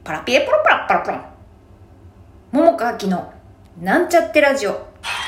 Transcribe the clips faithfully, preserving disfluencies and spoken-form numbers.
パラピエポロパラパラポン。桃佳明のなんちゃってラジオ。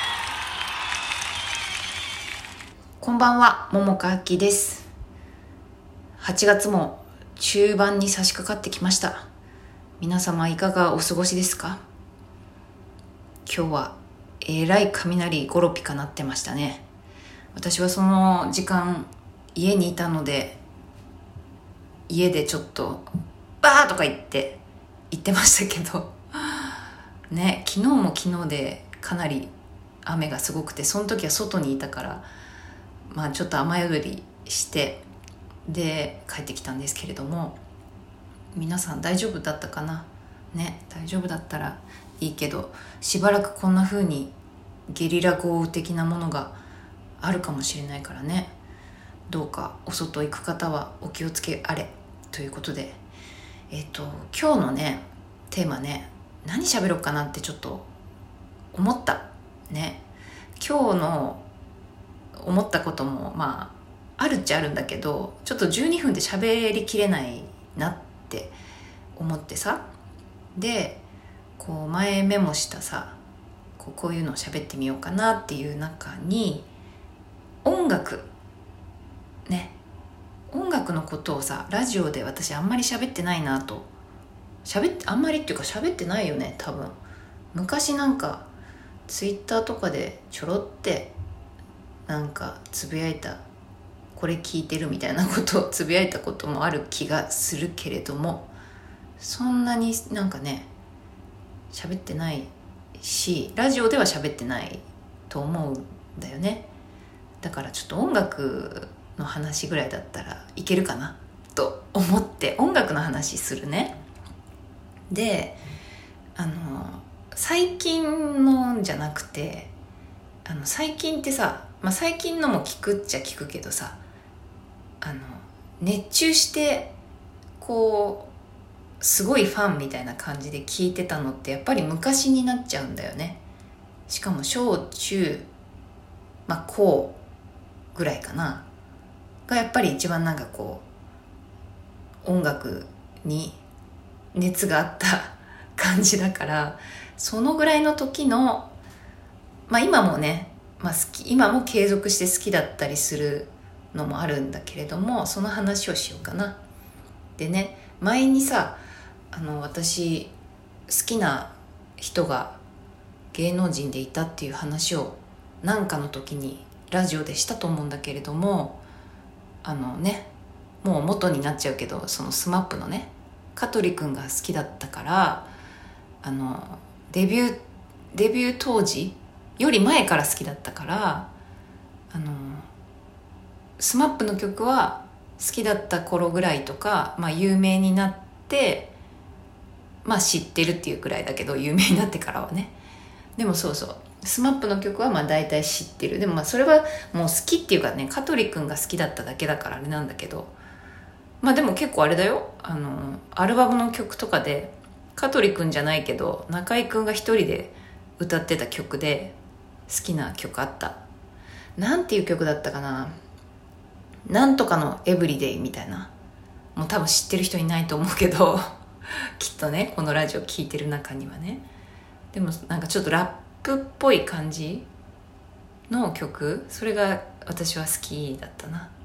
こんばんは、桃佳明です。はちがつも中盤に差し掛かってきました。皆様いかがお過ごしですか？今日はえらい雷ゴロピカ鳴ってましたね。私はその時間家にいたので、家でちょっとバーとか言って言ってましたけどね、昨日も昨日でかなり雨がすごくて、その時は外にいたからまあちょっと雨宿りしてで帰ってきたんですけれども、皆さん大丈夫だったかなね。大丈夫だったらいいけど、しばらくこんな風にゲリラ豪雨的なものがあるかもしれないからね、どうかお外行く方はお気をつけあれということで、えっと今日のねテーマね、何喋ろうかなってちょっと思ったね。今日の思ったこともまああるっちゃあるんだけど、ちょっとじゅうにふんで喋りきれないなって思ってさ、でこう前メモしたさ、こうこういうのを喋ってみようかなっていう中に、音楽ね、音楽のことをさ、ラジオで私あんまり喋ってないなと。喋ってあんまりっていうか喋ってないよね多分。昔なんかツイッターとかでちょろってなんかつぶやいた、これ聞いてるみたいなことをつぶやいたこともある気がするけれども、そんなになんかね喋ってないし、ラジオでは喋ってないと思うんだよね。だからちょっと音楽の話ぐらいだったらいけるかなと思って音楽の話するね。で、あの最近のじゃなくて、あの最近ってさ、まあ、最近のも聞くっちゃ聞くけどさ、あの熱中してこうすごいファンみたいな感じで聞いてたのってやっぱり昔になっちゃうんだよね。しかも小中まあ高ぐらいかながやっぱり一番なんかこう音楽に熱があった感じだから、そのぐらいの時のまあ今もね、まあ、好き今も継続して好きだったりするのもあるんだけれども、その話をしようかな。でね、前にさ、あの私好きな人が芸能人でいたっていう話をなんかの時にラジオでしたと思うんだけれども、あのねもう元になっちゃうけど、そのスマップのね香取くんが好きだったから、あのデビューデビュー当時より前から好きだったから、あのスマップの曲は好きだった頃ぐらいとか、まあ有名になってまあ知ってるっていうくらいだけど、有名になってからはね。でもそうそう、スマップの曲はまあ大体知ってる。でもまあそれはもう好きっていうかね、香取くんが好きだっただけだからあれなんだけど、まあでも結構あれだよ、あのアルバムの曲とかで香取くんじゃないけど中居くんが一人で歌ってた曲で好きな曲あった。なんていう曲だったかな、なんとかのエブリデイみたいな。もう多分知ってる人いないと思うけどきっとねこのラジオ聞いてる中にはね。でもなんかちょっとラップっぽい感じの曲、それが私は好きだったな。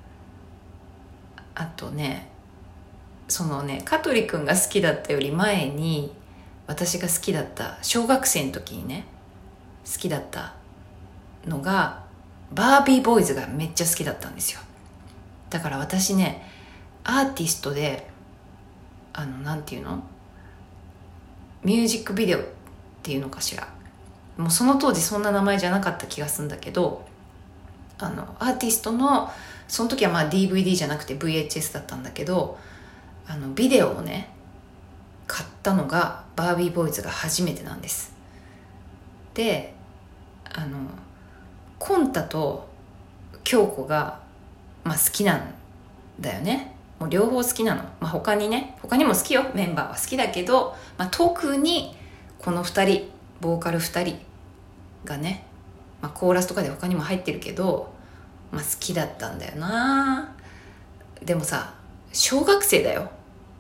あとね、そのね香取くんが好きだったより前に、私が好きだった小学生の時にね好きだったのがバービーボーイズがめっちゃ好きだったんですよ。だから私ねアーティストで、あのなんていうの、ミュージックビデオっていうのかしら、もうその当時そんな名前じゃなかった気がするんだけど、あのアーティストのその時はまあ ディーブイディー じゃなくて ブイエイチエス だったんだけど、あのビデオをね買ったのがバービーボーイズが初めてなんです。で、あのコンタと京子が、まあ、好きなんだよね。もう両方好きなの。まあ、他にね他にも好きよ、メンバーは好きだけど、まあ、特にこのふたり、ボーカルふたりがね、まあ、コーラスとかで他にも入ってるけど、まあ、好きだったんだよな。でもさ小学生だよ。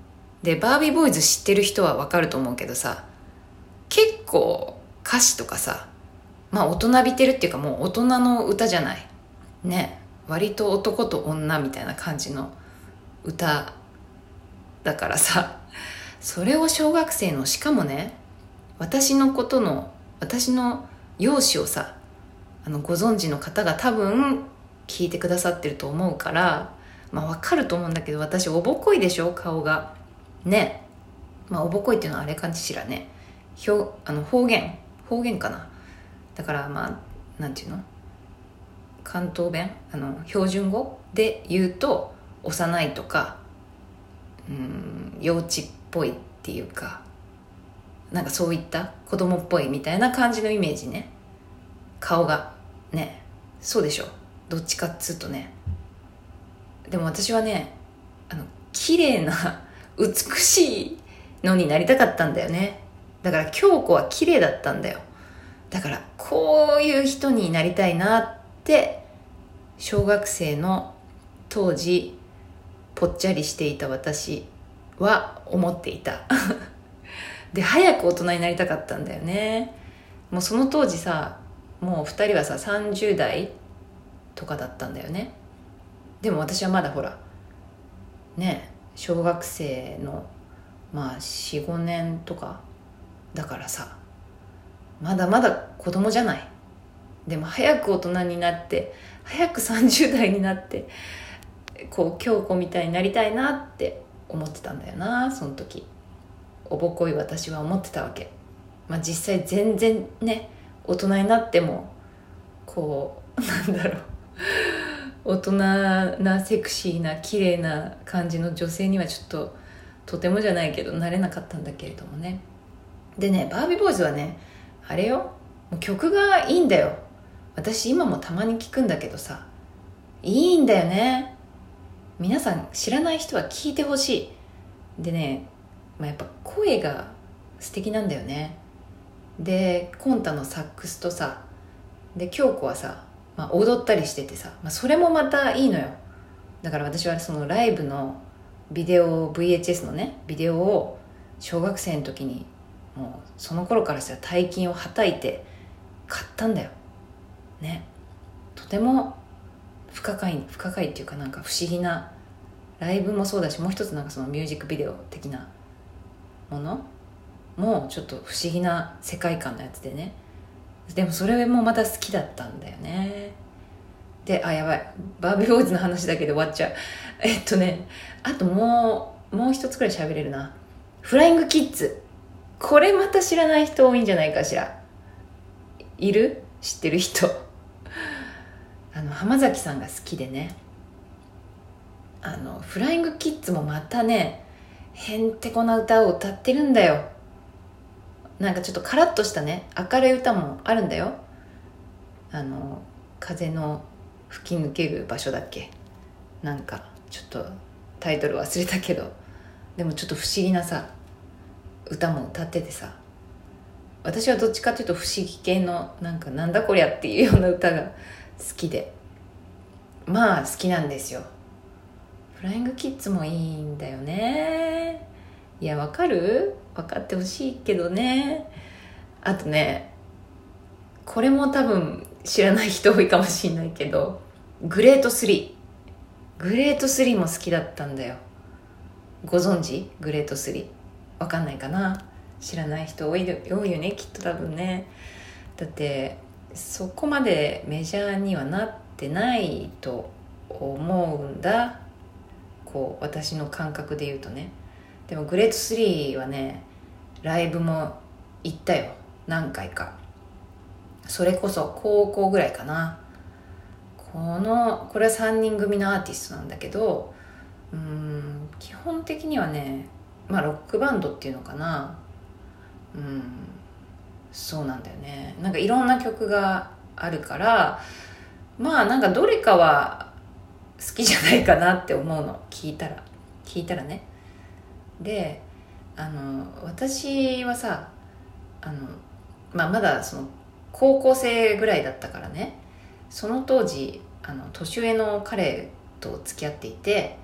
でバービーボーイズ知ってる人はわかると思うけどさ、結構歌詞とかさ、まあ大人びてるっていうかもう大人の歌じゃないね。割と男と女みたいな感じの歌だからさ、それを小学生の、しかもね、私のことの私の容姿をさ、あのご存知の方が多分聞いてくださってると思うから、まあわかると思うんだけど、私おぼこいでしょ、顔がね。まあおぼこいっていうのはあれかしらね、表あの方言方言かな。だからまあなんていうの、関東弁、あの標準語で言うと幼いとか、うーん幼稚っぽいっていうか、なんかそういった子供っぽいみたいな感じのイメージね、顔がね。そうでしょ、どっちかっつうとね。でも私はね、あの綺麗な美しいのになりたかったんだよね。だから京子は綺麗だったんだよ。だからこういう人になりたいなって小学生の当時ぽっちゃりしていた私は思っていたで早く大人になりたかったんだよね。もうその当時さ、もうふたりはささんじゅう代とかだったんだよね。でも私はまだほらね、小学生のまあ よん,ご 年とかだからさ、まだまだ子供じゃない。でも早く大人になって、早くさんじゅう代になって、こう京子みたいになりたいなって思ってたんだよな、その時。おぼこい私は思ってたわけ。まあ実際全然ね、大人になってもこうなんだろう大人なセクシーな綺麗な感じの女性にはちょっととてもじゃないけどなれなかったんだけれどもね。でね、バービーボーイズはね、あれよ、もう曲がいいんだよ。私今もたまに聞くんだけどさ、いいんだよね。皆さん知らない人は聞いてほしい。でね、まあ、やっぱ声が素敵なんだよね。でコンタのサックスとさ、で京子はさ、まあ、踊ったりしててさ、まあ、それもまたいいのよ。だから私はそのライブのビデオ ブイエイチエス のねビデオを小学生の時にもうその頃からしたら大金をはたいて買ったんだよね。とても不可解不可解っていうか、なんか不思議なライブもそうだし、もう一つなんかそのミュージックビデオ的なものもちょっと不思議な世界観のやつでね。でもそれもまた好きだったんだよね。で、あ、やばい、バービーボーイズの話だけで終わっちゃう。えっとね、あともうもう一つくらい喋れるな。フライングキッズ、これまた知らない人多いんじゃないかしら。いる？知ってる人あの浜崎さんが好きでね、あのフライングキッズもまたねへんてこな歌を歌ってるんだよ。なんかちょっとカラッとしたね明るい歌もあるんだよ。あの風の吹き抜ける場所だっけ、なんかちょっとタイトル忘れたけど、でもちょっと不思議なさ歌も歌っててさ、私はどっちかというと不思議系のなんかなんだこりゃっていうような歌が好きで、まあ好きなんですよ。フライングキッズもいいんだよね。いや、わかる？分かってほしいけどね。あとね、これも多分知らない人多いかもしれないけど、グレートスリーグレートスリーも好きだったんだよ。ご存知？グレートスリーわかんないかな。知らない人多い、多いよね、きっと多分ね。だってそこまでメジャーにはなってないと思うんだ、こう私の感覚で言うとね。でもグレートスリーはね、ライブも行ったよ、何回か。それこそ高校ぐらいかな。このこれはさんにん組のアーティストなんだけど、うーん基本的にはね、まあロックバンドっていうのかな。うんそうなんだよね。なんかいろんな曲があるから、まあなんかどれかは好きじゃないかなって思うの、聞いたら聞いたらね。で、あの私はさ、あの、まあ、まだその高校生ぐらいだったからね、その当時あの年上の彼と付き合っていて、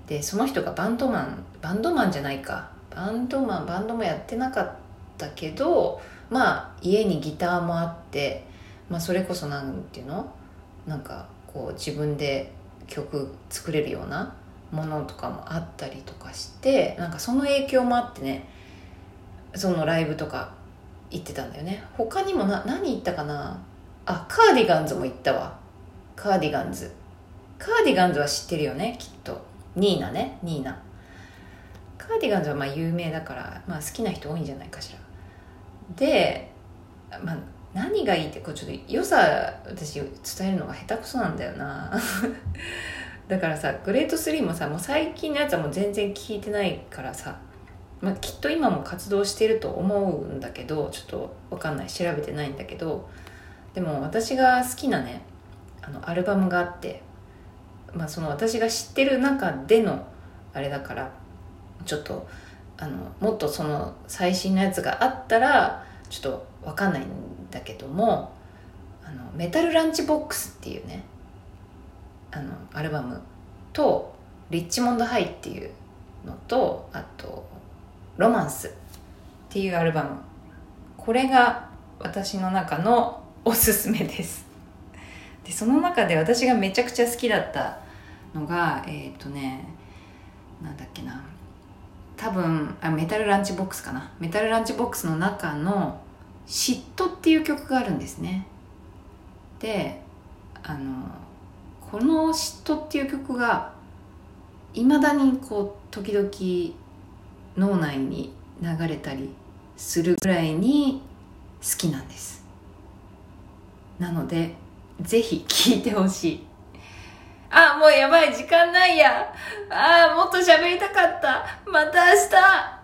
でその人がバンドマンバンドマンじゃないかバンドマンバンドもやってなかったけど、まあ家にギターもあって、まあ、それこそなんていうのなんかこう自分で曲作れるようなものとかもあったりとかして、なんかその影響もあってね、そのライブとか行ってたんだよね。他にもな何行ったかなあ、カーディガンズも行ったわ。カーディガンズカーディガンズは知ってるよね、きっと。ニーナね、ニーナ。カーディガンズはまあ有名だから、まあ、好きな人多いんじゃないかしら。で、まあ、何がいいってこうちょっと良さ私伝えるのが下手くそなんだよなだからさ、グレートスリーもさ、もう最近のやつはもう全然聞いてないからさ、まあ、きっと今も活動してると思うんだけど、ちょっと分かんない、調べてないんだけど、でも私が好きなねあのアルバムがあって、まあ、その私が知ってる中でのあれだから、ちょっとあのもっとその最新のやつがあったらちょっと分かんないんだけども、あのメタルランチボックスっていうねあのアルバムと、リッチモンドハイっていうのと、あとロマンスっていうアルバム、これが私の中のおすすめです。でその中で私がめちゃくちゃ好きだったのがえっとねなんだっけな多分あメタルランチボックスかなメタルランチボックスの中の嫉妬っていう曲があるんですね。であのこの嫉妬っていう曲がいまだにこう時々脳内に流れたりするぐらいに好きなんです。なのでぜひ聴いてほしい。あ、もうやばい、時間ないや。あ、もっと喋りたかった。また明日。